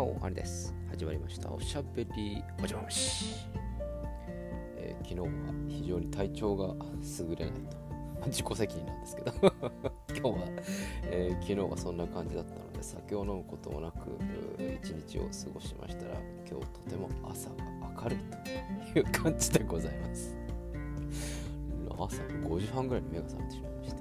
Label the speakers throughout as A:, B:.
A: おあれです。始まりました。おしゃべりおじゃまし。昨日は非常に体調が優れないと。自己責任なんですけど今日は、昨日はそんな感じだったので酒を飲むこともなく一日を過ごしましたら、今日とても朝が明るいという感じでございます。朝5時半ぐらいに目が覚めてしまいまして、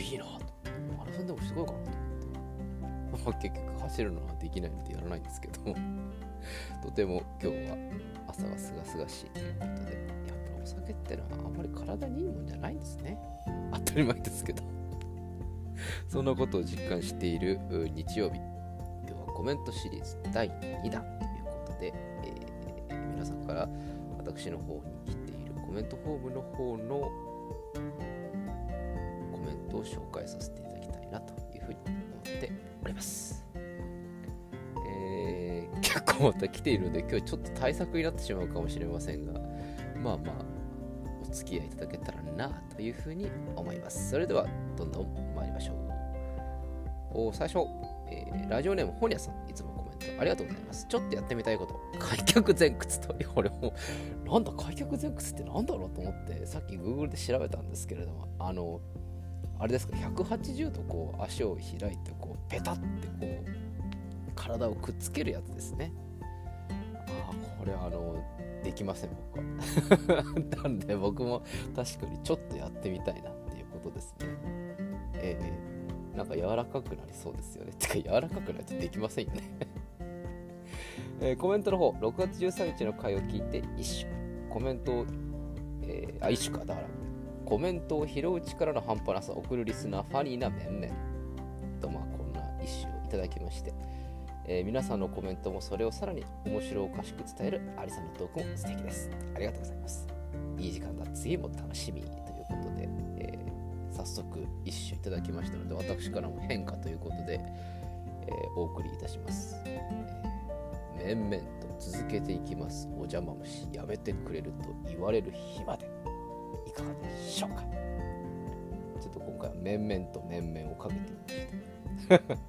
A: いいなと、マラソンでもしてこようかなと思って、結局走るのはできないのでやらないんですけどとても今日は朝がすがすがしいということで、やっぱりお酒ってのはあまり体にいいもんじゃないんですね。当たり前ですけどそんなことを実感している日曜日、今日はコメントシリーズ第2弾ということで、皆さんから私の方に来ているコメントフォームの方のコメントを紹介させていただきたいなというふうに思っております。結構また来ているので今日ちょっと対策になってしまうかもしれませんが、まあお付き合いいただけたらなというふうに思います。それではどんどん参りましょう。最初、ラジオネーム本屋さん、いつもコメントありがとうございます。ちょっとやってみたいこと、開脚前屈と。俺もなんだ開脚前屈ってなんだろうと思ってさっき Google で調べたんですけれども、あれですか、180度こう足を開いてこうペタってこう体をくっつけるやつですね。これできません僕はなんで僕も確かにちょっとやってみたいなっていうことですね。なんか柔らかくなりそうですよね。てか柔らかくないとできませんよねコメントの方、6月13日の回を聞いて一種コメントを、一種かだからコメントを拾う力の半端なさを送るリスナーファニーな面々と、こんな一種をいただきまして、皆さんのコメントもそれをさらに面白おかしく伝えるアリさんのトークも素敵です。ありがとうございます。いい時間だ、次も楽しみということで、早速一首いただきましたので、私からも変化ということで、お送りいたします。面々と続けていきます。お邪魔虫やめてくれると言われる日までいかがでしょうか。ちょっと今回は面々と面々をかけてみました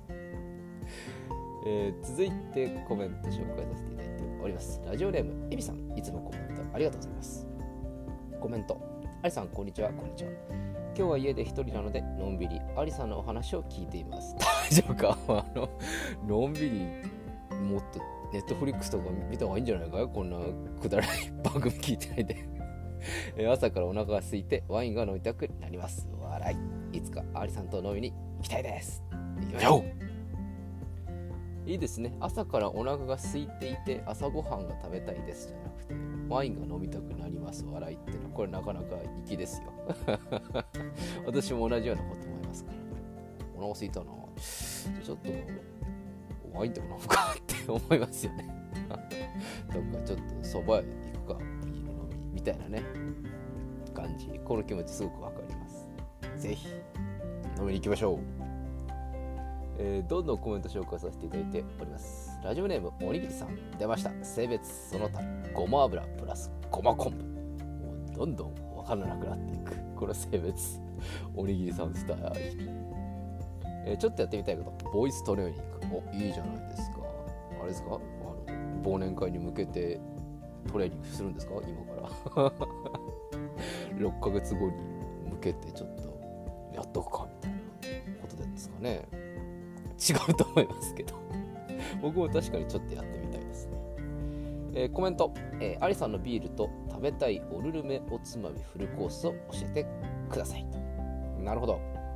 A: 続いてコメント紹介させていただいております。ラジオネームエビさん、いつもコメントありがとうございます。コメント、アリさんこんにちは。こんにちは。今日は家で一人なのでのんびりアリさんのお話を聞いています。大丈夫かのんびりもっとネットフリックスとか見た方がいいんじゃないかよ、こんなくだらない番組聞いてないで朝からお腹が空いてワインが飲みたくなります。笑い。いつかアリさんと飲みに行きたいです。行きましょう。いいですね。朝からお腹が空いていて朝ごはんが食べたいですじゃなくて、ワインが飲みたくなります笑いってのは、これなかなか粋ですよ私も同じようなこと思いますから。お腹空いたな、ちょっとワインでも飲むかって思いますよねどっかちょっと蕎麦屋行くか、ビール飲みみたいなね感じ。この気持ちすごくわかります。ぜひ飲みに行きましょう。どんどんコメント紹介させていただいております。ラジオネームおにぎりさん、出ました。性別その他ごま油プラスごま昆布。もうどんどん分からなくなっていくこの性別おにぎりさんスタイル、ちょっとやってみたいこと、ボイストレーニング。いいじゃないですか。あれですか、忘年会に向けてトレーニングするんですか今から6ヶ月後に向けてちょっとやっとくかみたいなことですかね。違うと思いますけど僕も確かにちょっとやってみたいですね。コメント、アリさんのビールと食べたいオルルメおつまみフルコースを教えてください。なるほど。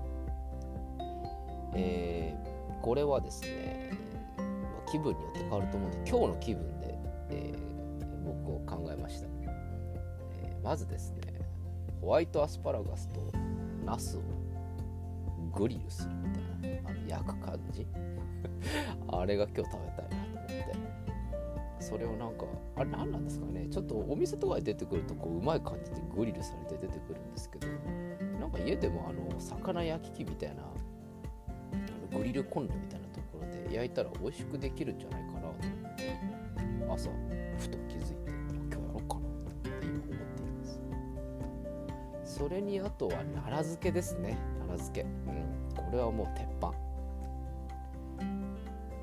A: これはですね、気分によって変わると思うので、今日の気分で、僕を考えました。まずですね、ホワイトアスパラガスとナスをグリルするみたいな、焼く感じあれが今日食べたいなと思って、それをなんかあれ何なんですかね、ちょっとお店とかに出てくるとこううまい感じでグリルされて出てくるんですけど、なんか家でも魚焼き器みたいなグリルコンロみたいなところで焼いたら美味しくできるんじゃないかなと思って、朝ふと気づいて今日やろうかなって今思っています。それにあとは奈良漬けですね。奈良漬け、これはもう鉄板。アス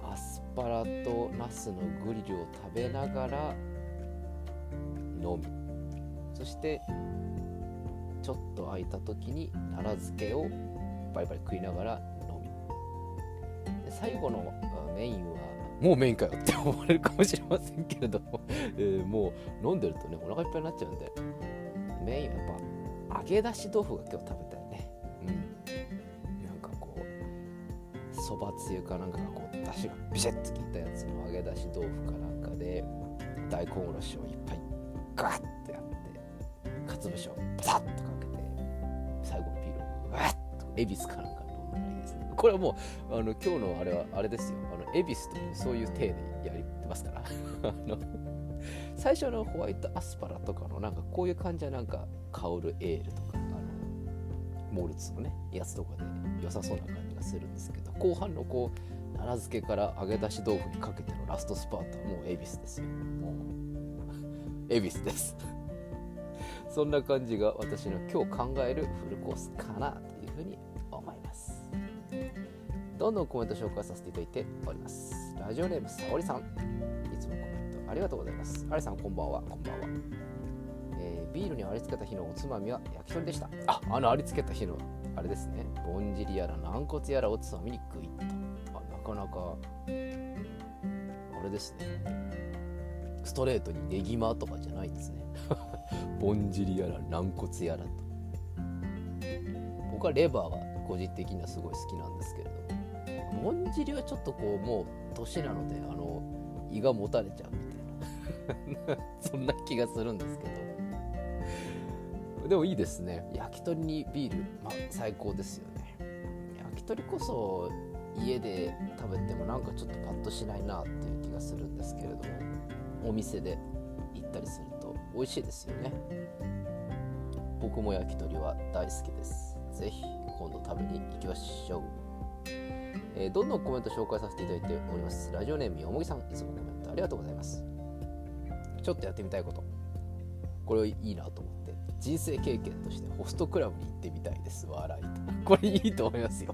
A: パラとナスのグリルを食べながら飲み、そしてちょっと空いた時に奈良漬けをバリバリ食いながら飲みで、最後のメインはもうメインかよって思われるかもしれませんけれども、もう飲んでるとねお腹いっぱいになっちゃうんで、メインはやっぱ揚げ出し豆腐が今日食べたいね。なんかこうそばつゆかなんかがこう出汁がビシッと効いたやつの揚げ出し豆腐かなんかで大根おろしをいっぱいガッとやってかつぶしをパサッとかけて最後のビールをワッと恵比寿かなんか飲んだらいいですね。これはもう今日のあれはあれですよ、恵比寿というそういう体でやりますから最初のホワイトアスパラとかのなんかこういう感じはなんか香るエールとかモルツのねやつとかで良さそうな感じがするんですけど、後半のこう奈良漬けから揚げ出し豆腐にかけてのラストスパートはもう恵比寿ですよ。もう恵比寿ですそんな感じが私の今日考えるフルコースかなというふうに思います。どんどんコメント紹介させていただいております。ラジオネームさおりさん、いつもコメントありがとうございます。ありさんこんばんは。こんばんは。ビールにありつけた日のおつまみは焼き鳥でした。ありつけた日のあれですね、ぼんじりやら軟骨やらおつまみにグイッと、なかなかあれですね、ストレートにネギマとかじゃないですねぼんじりやら軟骨やらと。僕はレバーは個人的にはすごい好きなんですけれども、ぼんじりはちょっとこうもう年なので胃がもたれちゃうみたいなそんな気がするんですけど、でもいいですね。焼き鳥にビール、最高ですよね。焼き鳥こそ家で食べてもなんかちょっとパッとしないなっていう気がするんですけれども、お店で行ったりすると美味しいですよね。僕も焼き鳥は大好きです。ぜひ今度食べに行きましょう。どんどんコメント紹介させていただいております。ラジオネームよもぎさん、いつもコメントありがとうございます。ちょっとやってみたいこと、これいいなと思って人生経験としてホストクラブに行ってみたいです。笑いとこれいいと思いますよ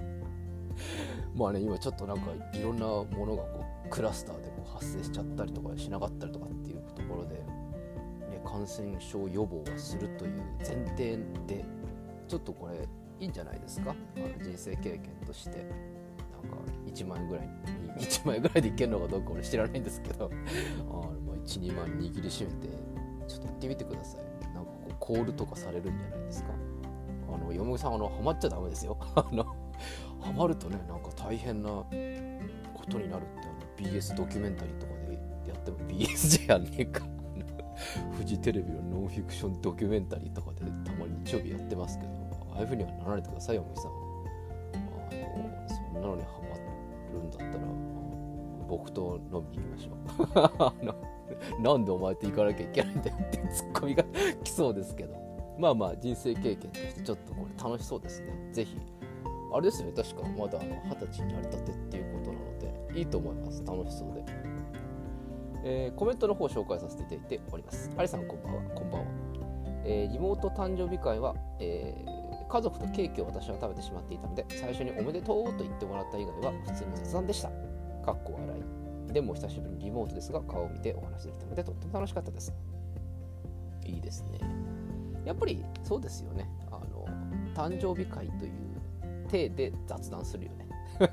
A: 今ちょっとなんかいろんなものがこうクラスターでこう発生しちゃったりとかしなかったりとかっていうところで、感染症予防はするという前提でちょっとこれいいんじゃないですか。人生経験としてなんか1万円ぐらいでいけるのかどうか俺知らないんですけど1、2万握りしめてちょっと行ってみてください。なんかこうコールとかされるんじゃないですか。よもぎさんハマっちゃダメですよハマるとねなんか大変なことになるって、BS ドキュメンタリーとかでやっても BS じゃねえかフジテレビのノンフィクションドキュメンタリーとかでたまに日曜日やってますけど、ああいう風にはなられてくださいよもぎさん。そんなのにハマるんだったら僕と飲みに行きましょうなんでお前と行かなきゃいけないんだよってツッコミが来そうですけど、人生経験としてちょっとこれ楽しそうですね。ぜひあれですよね、確かまだ20歳になりたてっていうことなのでいいと思います。楽しそうで、コメントの方を紹介させていただいております。ありさんこんばんは。こんばんは。リモート誕生日会は、家族とケーキを私は食べてしまっていたので、最初におめでとうと言ってもらった以外は普通に雑談でした。かっこ笑い。でも久しぶりにリモートですが顔を見てお話できたのでとっても楽しかったです。いいですね。やっぱりそうですよね。誕生日会という体で雑談するよね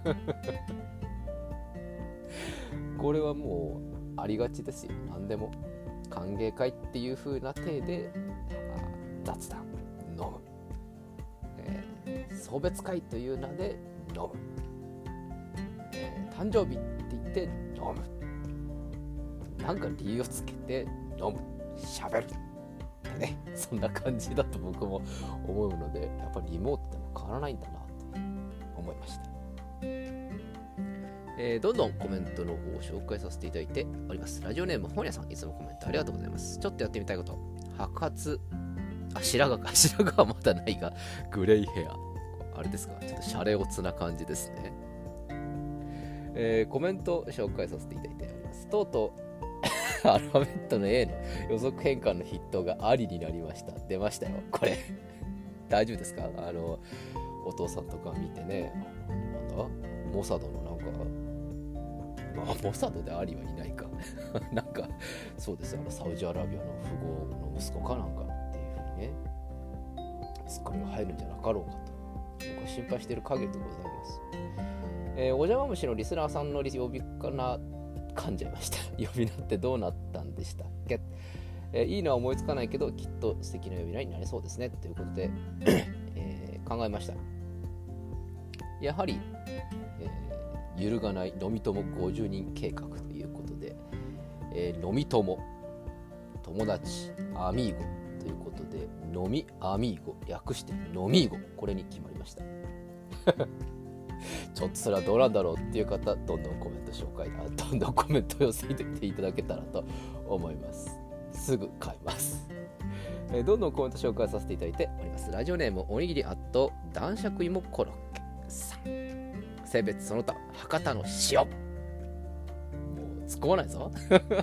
A: これはもうありがちですよ。何でも歓迎会っていう風な体で雑談飲む、送別会という名で飲む、誕生日って言って飲む、なんか理由をつけて飲む、喋るってね、そんな感じだと僕も思うので、やっぱりリモートでも変わらないんだなと思いました。どんどんコメントの方を紹介させていただいております。ラジオネーム本屋さん、いつもコメントありがとうございます。ちょっとやってみたいこと、白髪、白髪はまだないがグレイヘア、あれですか、ちょっとシャレオツな感じですね。コメント紹介させていただいております。とうとうアルファベットの A の予測変換の筆頭がありになりました。出ましたよこれ大丈夫ですか。お父さんとか見てね、なんだモサドのなんかモサドでアリはいないかなんかそうです、サウジアラビアの富豪の息子かなんかっていうふうにね、ツッコミが入るんじゃなかろうかと僕は心配している限りでございます。お邪魔虫のリスナーさんの呼びかな噛んじゃいました呼び名ってどうなったんでしたっけ。いいのは思いつかないけどきっと素敵な呼び名になりそうですねということで、考えました。やはり、揺るがない飲み友50人計画ということで、飲み友友達アミーゴということで飲みアミーゴ略して飲みーゴ、これに決まりましたちょっとそれはどうなんだろうっていう方、どんどんコメント紹介どんどんコメントを寄せていただけたらと思います。すぐ買います。どんどんコメント紹介させていただいております。ラジオネームおにぎり男爵芋コロッケさん、性別その他博多の塩、もう突っ込まないぞ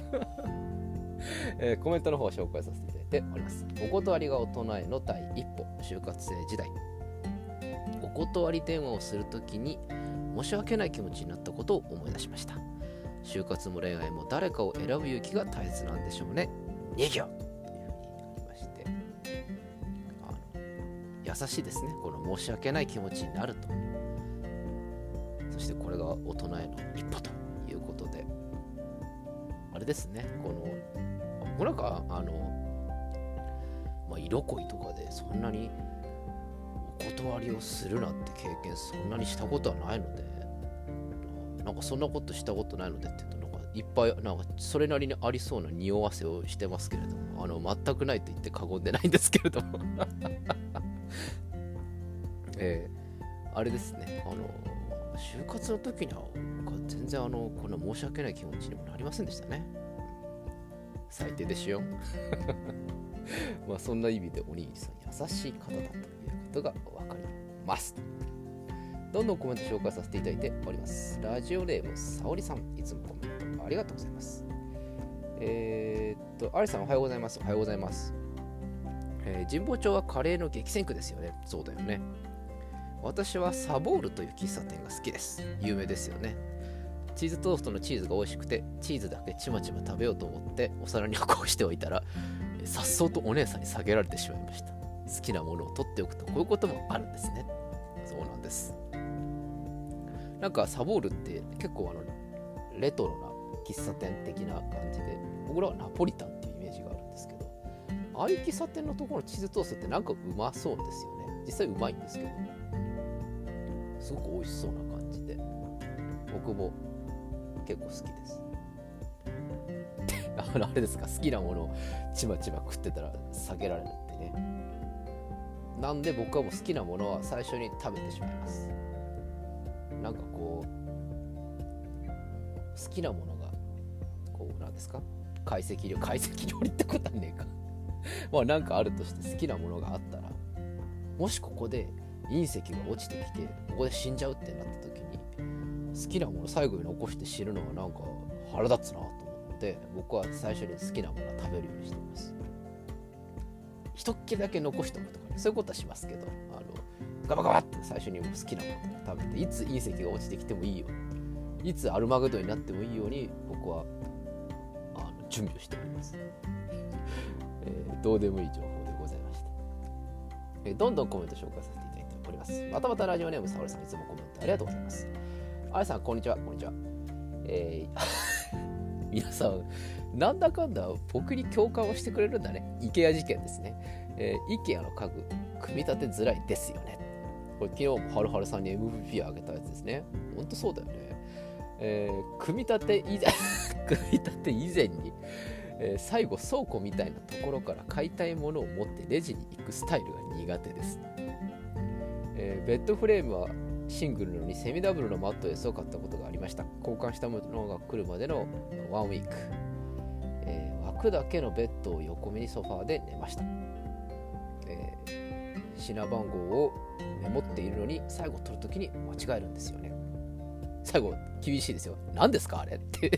A: コメントの方を紹介させていただいております。お断りが大人への第一歩、就活生時代お断り電話をするときに申し訳ない気持ちになったことを思い出しました。就活も恋愛も誰かを選ぶ勇気が大切なんでしょうね。2行というふうにありまして、優しいですね。この申し訳ない気持ちになると、そしてこれが大人への一歩ということで、あれですね、なんか色恋とかでそんなにお断りをするなんて経験そんなにしたことはないので、なんかそんなことしたことないのでって言うと、なんかいっぱいなんかそれなりにありそうな匂わせをしてますけれども、全くないと言って過言でないんですけれどもあれですね、就活の時には全然こんな申し訳ない気持ちにもなりませんでしたね。最低でしよまあそんな意味でおにぎりさん優しい方だということが分かります。どんどんコメント紹介させていただいております。ラジオネームさおりさん、いつもコメントありがとうございます。アリさんおはようございます。おはようございます。神保町はカレーの激戦区ですよね。そうだよね。私はサボールという喫茶店が好きです。有名ですよね。チーズトーストのチーズが美味しくて、チーズだけちまちま食べようと思ってお皿にこうしておいたら、さっそうとお姉さんに下げられてしまいました。好きなものを取っておくとこういうこともあるんですね。そうなんです。なんかサボールって結構レトロな喫茶店的な感じで、僕らはナポリタンっていうイメージがあるんですけど、ああいう喫茶店のところのチーズトーストってなんかうまそうですよね。実際うまいんですけど、すごく美味しそうな感じで、僕も結構好きです。あれですか、好きなものをちまちま食ってたら下げられるってね。なんで僕はもう好きなものは最初に食べてしまいます。なんか好きなものがなんですか、懐石料理ってことはねえかまあなんかあるとして好きなものがあったら、もしここで隕石が落ちてきてここで死んじゃうってなった時に、好きなもの最後に残して死ぬのはなんか腹立つなと思って、僕は最初に好きなものを食べるようにしています。一っきりだけ残しておくとかね、そういうことはしますけど、ガバガバって最初に好きなものとか食べて、いつ隕石が落ちてきてもいいよ、いつアルマゲドンになってもいいように僕は準備をしております、どうでもいい情報でございました。どんどんコメント紹介させていただいております。またまたラジオネームさおりさん、いつもコメントありがとうございます。あれさん、こんにちは。こんにちは。皆さんなんだかんだ僕に共感をしてくれるんだね。IKEA 事件ですね。IKEA の家具組み立てづらいですよね。これ昨日もはるはるさんに MVP をあげたやつですね。ほんとそうだよね。組み立て以前に、最後倉庫みたいなところから買いたいものを持ってレジに行くスタイルが苦手です。ベッドフレームはシングルなのにセミダブルのマットレスを買ったことがありました。交換したものが来るまでのワンウィーク、枠だけのベッドを横目にソファーで寝ました。品番号をメモっているのに最後取るときに間違えるんですよね。最後厳しいですよ。何ですかあれって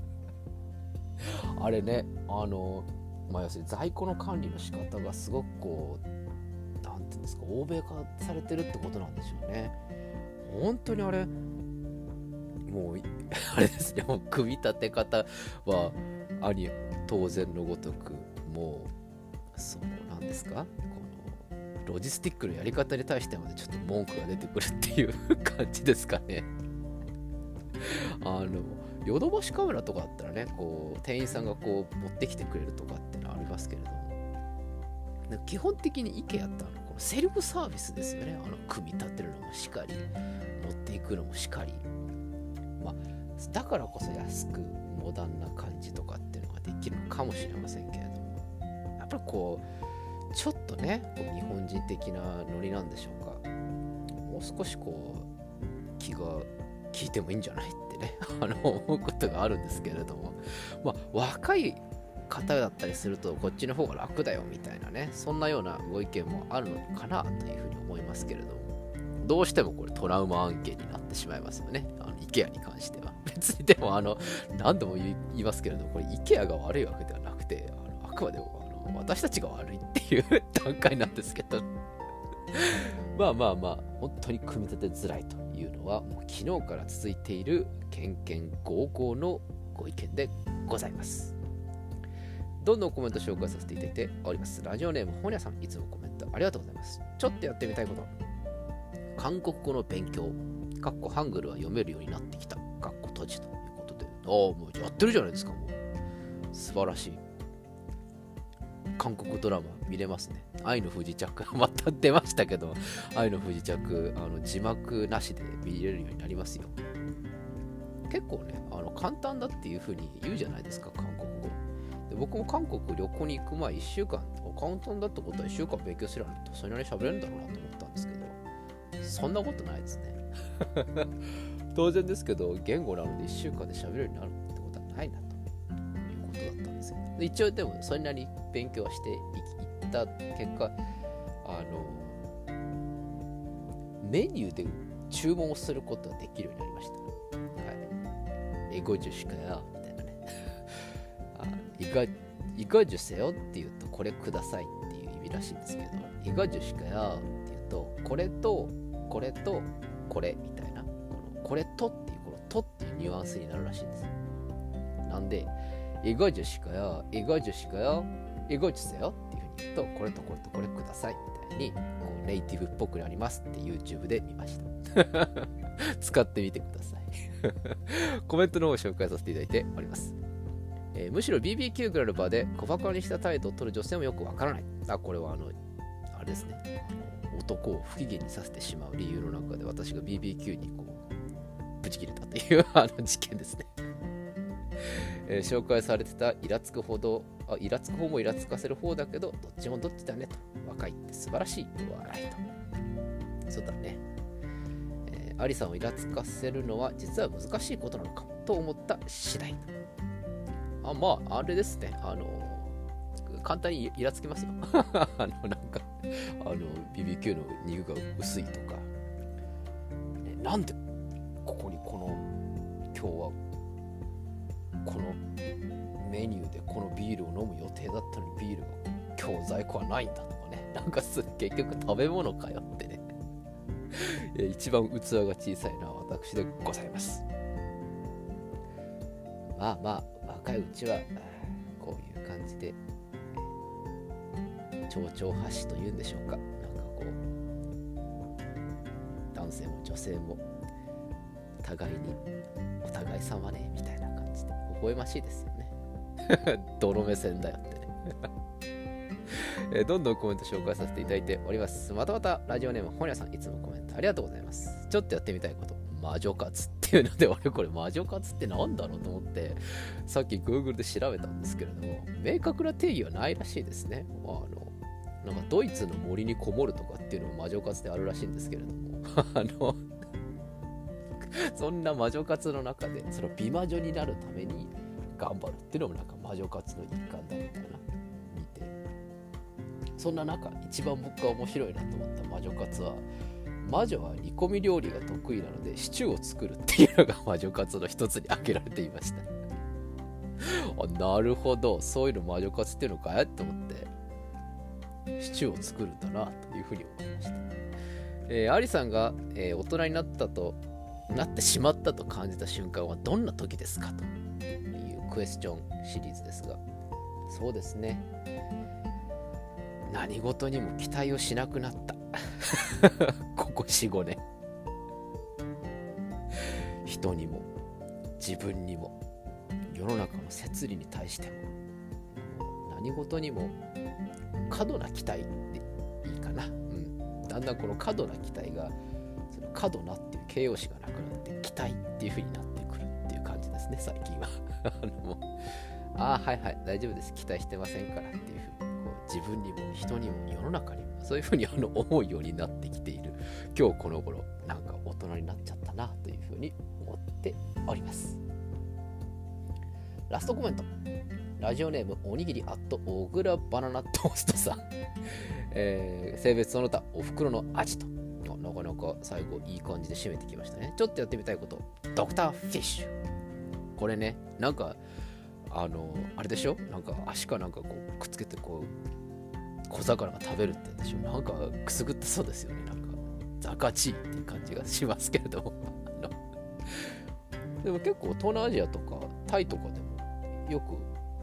A: あれね、要するに在庫の管理の仕方がすごくなんていうんですか、欧米化されてるってことなんでしょうね。本当にあれもうあれですね、もう組み立て方は当然のごとく、もうそうなんですか、このロジスティックのやり方に対してまでちょっと文句が出てくるっていう感じですかね。ヨドバシカメラとかだったらね、こう店員さんがこう持ってきてくれるとかってのはありますけれども、基本的に IKEA ってこのセルフサービスですよね。組み立てるのもしかり、持っていくのもしかり、だからこそ安くモダンな感じとかっていうのができるのかもしれませんけれども、やっぱりこうちょっとね、こう日本人的なノリなんでしょうか。もう少しこう気が利いてもいいんじゃないってね思うことがあるんですけれども、若い方だったりするとこっちの方が楽だよみたいなね、そんなようなご意見もあるのかなというふうに思いますけれども、どうしてもこれトラウマ案件になってしまいますよね、IKEA に関しては。別にでも何度も言いますけれども、これ IKEA が悪いわけではなくて、あくまでも私たちが悪いっていう段階なんですけど本当に組み立てづらいというのはもう昨日から続いているけんけんごうごうのご意見でございます。どんどんコメント紹介させていただいております。ラジオネームほにゃさん、いつもコメントありがとうございます。ちょっとやってみたいこと、韓国語の勉強ハングルは読めるようになってきた閉じということで、もうやってるじゃないですか。もう素晴らしい。韓国ドラマ見れますね。愛の不時着また出ましたけど、愛の不時着字幕なしで見れるようになりますよ。結構ね簡単だっていう風に言うじゃないですか、韓国語で。僕も韓国旅行に行く前1週間、簡単だってことは1週間勉強すればそれなりに喋れるんだろうなと思ったんですけど、そんなことないですね当然ですけど、言語なので1週間で喋れるようになるってことはないなということだったんですけど、で一応でもそれなりに勉強していった結果、メニューで注文をすることができるようになりました。はい。エゴジュシカよみたいなねイガジュセよって言うとこれくださいっていう意味らしいんですけど、イガジュシカよって言うとこれとこれとこれみたいな、これとっていうこのとっていうニュアンスになるらしいんです。なんでイガジュシカよイガジュシカよイガジュセよっていうふうに言うとこれとこれとこれくださいみたいにこうネイティブっぽくなりますって YouTube で見ました使ってみてくださいコメントの方を紹介させていただいております。むしろ BBQ ぐらいの場で小馬鹿にした態度を取る女性もよくわからない。これはあれですね、男を不機嫌にさせてしまう理由の中で私が BBQ にこうブチ切れたという事件ですね紹介されてたイラつく方もイラつかせる方だけどどっちもどっちだねと、若いって素晴らしい笑いと。そうだね、アリさんをイラつかせるのは実は難しいことなのかと思った次第。あれですね、簡単にイラつきますよなんかBBQ の肉が薄いとか、なんでここに今日はこのメニューでこのビールを飲む予定だったのにビールが今日在庫はないんだとかね、なんか結局食べ物かよってね一番器が小さいのは私でございます。若いうちはこういう感じで丁々発止というんでしょうか、なんかこう男性も女性も互いにお互い様ねみたいな感じで微笑ましいですよね泥目線だよってねどんどんコメント紹介させていただいております。またラジオネームほにゃさん、いつもコメントありがとうございます。ちょっとやってみたいこと、魔女活っていうので、俺これ魔女活ってなんだろうと思ってさっき Google で調べたんですけれども、明確な定義はないらしいですね。なんかドイツの森にこもるとかっていうのも魔女活であるらしいんですけれどもそんな魔女活の中でその美魔女になるために頑張るっていうのもなんか魔女活の一環だみたいな見て、そんな中一番僕が面白いなと思った魔女活は、魔女は煮込み料理が得意なのでシチューを作るっていうのが魔女活の一つに挙げられていましたなるほど、そういうの魔女活っていうのかやと思ってシチューを作るんだなというふうに思いました。アリさんが、大人になったとなってしまったと感じた瞬間はどんな時ですかというクエスチョンシリーズですが、そうですね、何事にも期待をしなくなったここ 4,5 年、人にも自分にも世の中の摂理に対しても何事にも過度な期待でいいかな、だんだんこの過度な期待がその過度なっていう形容詞がなくなって期待っていう風になってくるっていう感じですね、最近はもうはいはい大丈夫です、期待してませんからっていう風にこう自分にも人にも世の中にもそういう風に思うようになってきている今日この頃、なんか大人になっちゃったなという風に思っております。ラストコメント、ラジオネームおにぎり小倉バナナトーストさん、性別その他お袋の味と、なかなか最後いい感じで締めてきましたね。ちょっとやってみたいこと、ドクターフィッシュ、これね、なんかあれでしょ、なんか足かなんかこうくっつけてこう小魚が食べるってやつでしょ、なんかくすぐってそうですよね、なんかザカチーっていう感じがしますけれどもでも結構東南アジアとかタイとかでもよく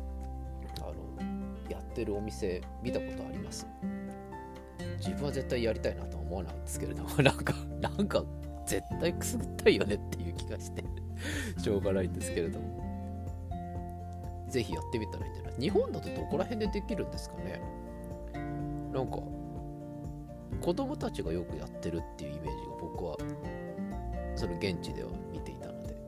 A: やってるお店見たことあります。自分は絶対やりたいなとは思わないんですけれどもなんか絶対くすぐったいよねっていう気がしてしょうがないんですけれども、ぜひやってみたらいいんじゃない。日本だとどこら辺でできるんですかね。なんか子供たちがよくやってるっていうイメージが僕はその現地では見ていたので、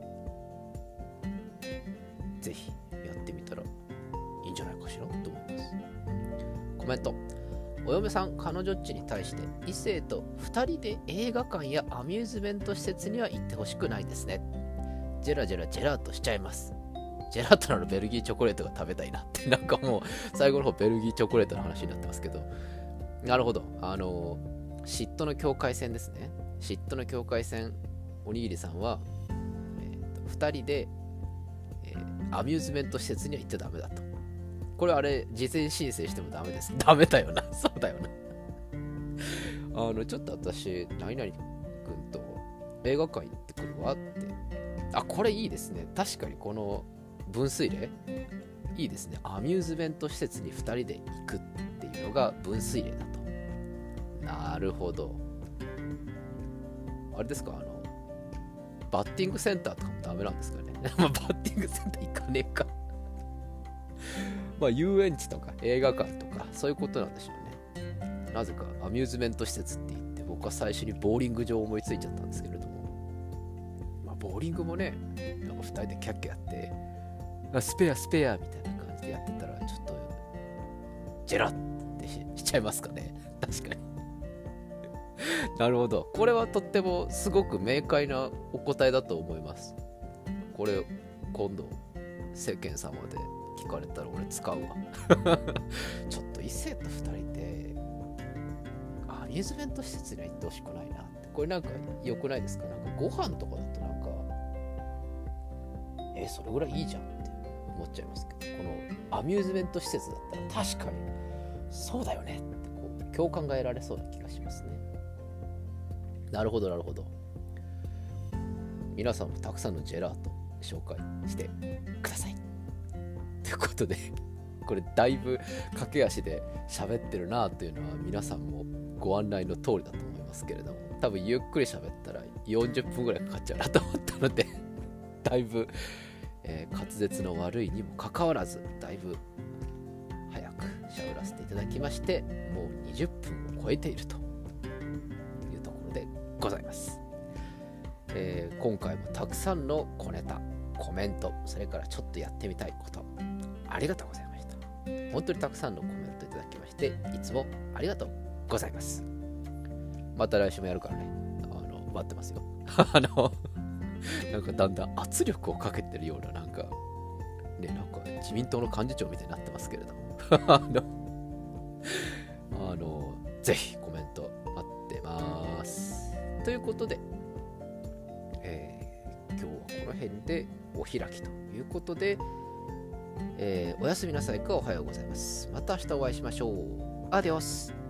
A: ぜひやってみたらいいんじゃないかしらと思います。コメント、お嫁さん彼女っちに対して異性と2人で映画館やアミューズメント施設には行ってほしくないですね。ジェラートしちゃいます。ジェラートならベルギーチョコレートが食べたいなってなんかもう最後の方ベルギーチョコレートの話になってますけど、なるほど、嫉妬の境界線ですね。嫉妬の境界線、おにぎりさんは、2人で、アミューズメント施設には行ってダメだと。これあれ事前申請してもダメです。ダメだよなそうだよなちょっと私何々くんと映画館行ってくるわって、これいいですね。確かにこの分水嶺いいですね。アミューズメント施設に2人で行くっていうのが分水嶺だと。なるほど。あれですか、バッティングセンターとかもダメなんですかねバッティングセンター行かねえか遊園地とか映画館とかそういうことなんでしょうね。なぜかアミューズメント施設って言って僕は最初にボーリング場を思いついちゃったんですけれども、ボーリングもね、なんか2人でキャッキャやってスペアみたいな感じでやってたらちょっとジェラってしちゃいますかね。確かになるほど、これはとってもすごく明快なお答えだと思います。これ今度世間様で聞かれたら俺使うわちょっと異性と2人でアミューズメント施設には行ってほしくないなって。これなんか良くないですか。なんかご飯とかだとなんかそれぐらいいいじゃんって思っちゃいますけど、このアミューズメント施設だったら確かにそうだよねってこう共感が得られそうな気がしますね。なるほどなるほど。皆さんもたくさんのジェラート紹介してくださいということで、これだいぶ駆け足で喋ってるなというのは皆さんもご案内の通りだと思いますけれども、多分ゆっくり喋ったら40分ぐらいかかっちゃうなと思ったのでだいぶ、滑舌の悪いにもかかわらずだいぶ早く喋らせていただきまして、もう20分を超えているというところでございます。今回もたくさんの小ネタ、コメント、それからちょっとやってみたいことありがとうございました。本当にたくさんのコメントいただきましていつもありがとうございます。また来週もやるからね、待ってますよなんかだんだん圧力をかけてるようななんか自民党の幹事長みたいになってますけれどもぜひコメント待ってます。ということで、今日はこの辺でお開きということで、おやすみなさいかおはようございます。また明日お会いしましょう。アディオス。